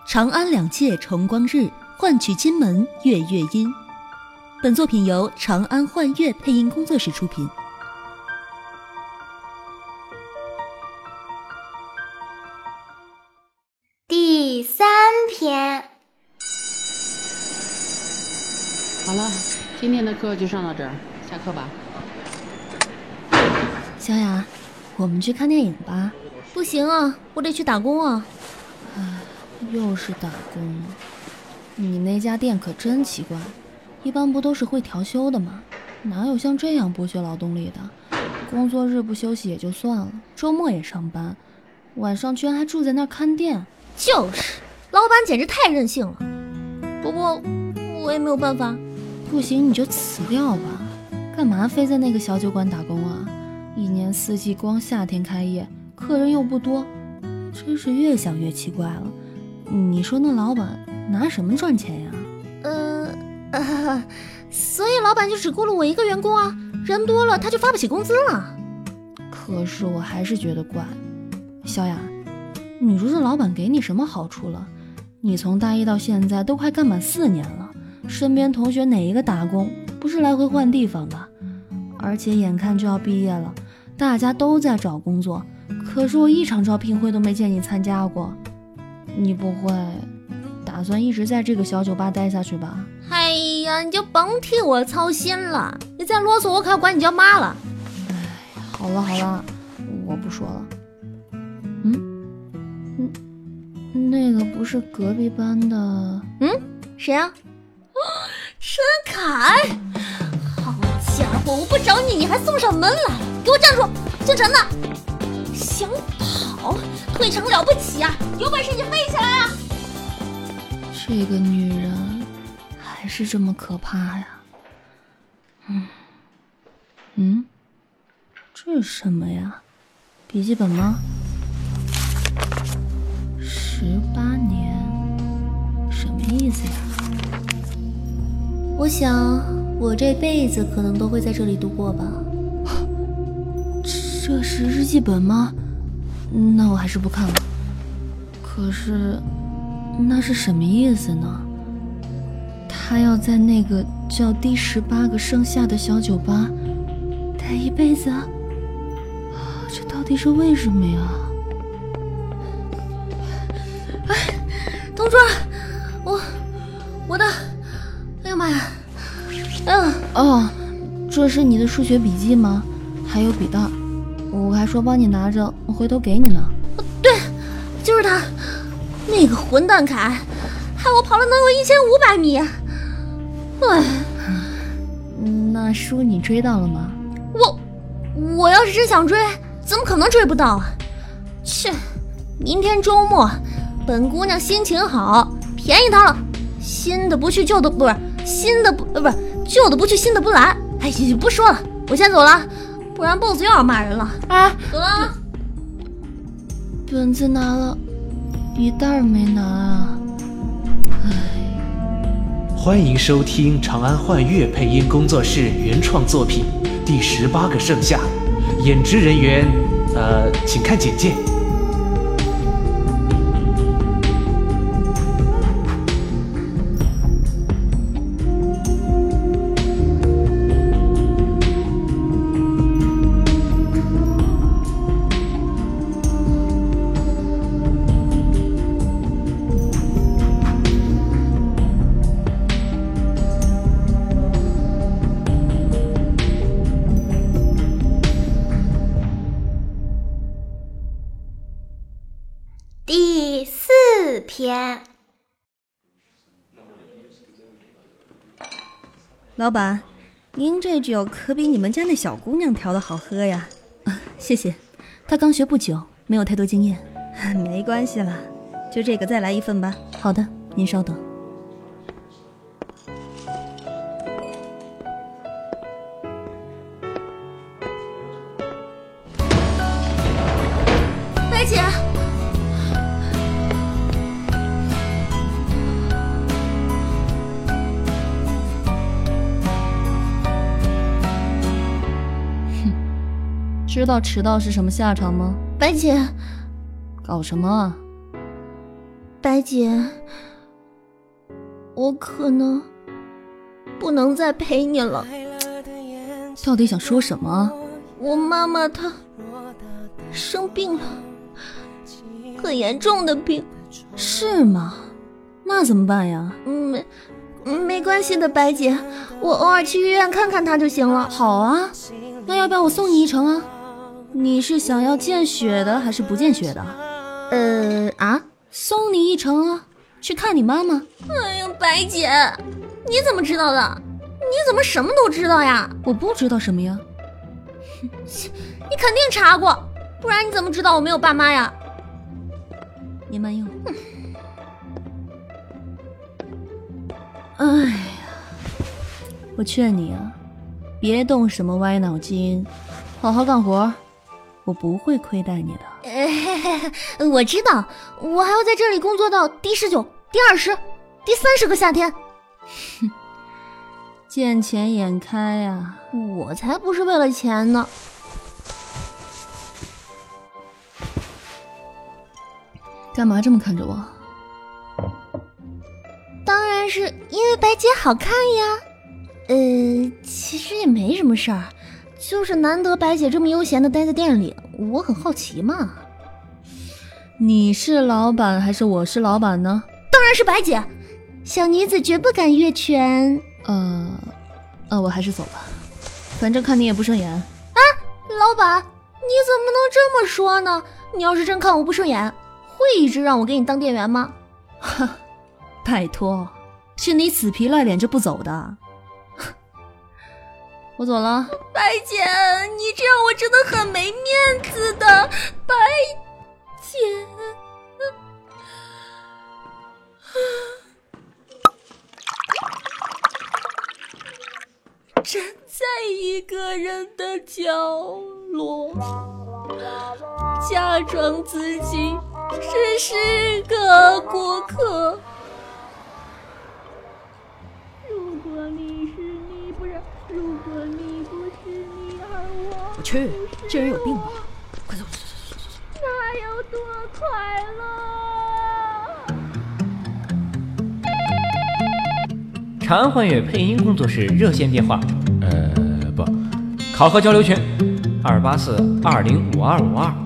长安两界重光日，换取金门月月音。本作品由长安幻乐配音工作室出品。 第3篇。 好了，今天的课就上到这儿，下课吧。 小雅，我们去看电影吧。 不行啊，我得去打工啊。 又是打工。你那家店可真奇怪，一般不都是会调休的吗？哪有像这样剥削劳动力的？工作日不休息也就算了，周末也上班，晚上居然还住在那儿看店。 就是，老板简直太任性了。不过我也没有办法。 不行你就辞掉吧，干嘛非在那个小酒馆打工啊？一年四季光夏天开业，客人又不多，真是越想越奇怪了。你说那老板拿什么赚钱呀？ 所以老板就只雇了我一个员工啊，人多了他就发不起工资了。 可是我还是觉得怪。小雅，你说这老板给你什么好处了？你从大一到现在都快干满4年了，身边同学哪一个打工不是来回换地方的？而且眼看就要毕业了，大家都在找工作，可是我一场招聘会都没见你参加过。你不会打算一直在这个小酒吧待下去吧？ 哎呀，你就甭替我操心了，你再啰嗦我可要管你叫妈了。 好了好了，我不说了。那个不是隔壁班的？ 谁啊？陈凯！好家伙，我不找你，你还送上门来，给我站住！姓陈的，想跑，腿长了不起啊！有本事你飞起来啊！ 这个女人还是这么可怕呀。这是什么呀？笔记本吗？18年，什么意思呀？ 我想我这辈子可能都会在这里度过吧。 这是日记本吗？那我还是不看了。可是那是什么意思呢？他要在那个叫第18个盛夏的小酒吧待一辈子？这到底是为什么呀？ 同桌，我的，哎呀妈呀！ 这是你的数学笔记吗？还有笔袋，我还说帮你拿着，我回头给你呢。 对，就是他，那个混蛋凯，害我跑了能有1500米。 那书你追到了吗？ 我要是真想追，怎么可能追不到啊？切，明天周末，本姑娘心情好，便宜她了。新的不去，旧的不是新的不是旧的不去，新的不来。哎，不说了，我先走了，不然 boss 又要骂人了。走了。 本子拿了，笔袋没拿啊。 欢迎收听长安幻乐配音工作室原创作品《第18个盛夏》，演职人员，请看简介。 第4篇。 老板，您这酒可比你们家那小姑娘调的好喝呀。 谢谢，她刚学不久，没有太多经验。 没关系啦，就这个再来1份吧。 好的，您稍等。 白姐， 知道迟到是什么下场吗？ 白姐， 搞什么啊？ 白姐，我可能不能再陪你了。 到底想说什么？ 我妈妈她生病了，很严重的病。 是吗？那怎么办呀？ 没关系的，白姐，我偶尔去医院看看她就行了。 好啊，那要不要我送你一程啊？你是想要见血的还是不见血的？送你一程啊，去看你妈妈。 哎呀，白姐，你怎么知道的？你怎么什么都知道呀？ 我不知道什么呀。 你肯定查过，不然你怎么知道我没有爸妈呀？ 您慢用。哎呀，我劝你啊，别动什么歪脑筋，好好干活，我不会亏待你的。 我知道，我还要在这里工作到第19、第20、第30个夏天。 哼，见钱眼开啊！ 我才不是为了钱呢。 干嘛这么看着我？ 当然是因为白姐好看呀。其实也没什么事儿，就是难得白姐这么悠闲的待在店里，我很好奇嘛。 你是老板还是我是老板呢？ 当然是白姐，小女子绝不敢越权。 我还是走吧，反正看你也不顺眼。 啊，老板，你怎么能这么说呢？你要是真看我不顺眼，会一直让我给你当店员吗？ 哈，拜托，是你死皮赖脸就不走的。我走了。 白姐，你这样我真的很没面子的，白姐。站在一个人的角落，假装自己只是个过客。如果你是你，不是，如果你不是你，而我去，这人有病吧？快走！ 那有多快乐？ 长安幻乐配音工作室热线电话，考核交流群，284-205252。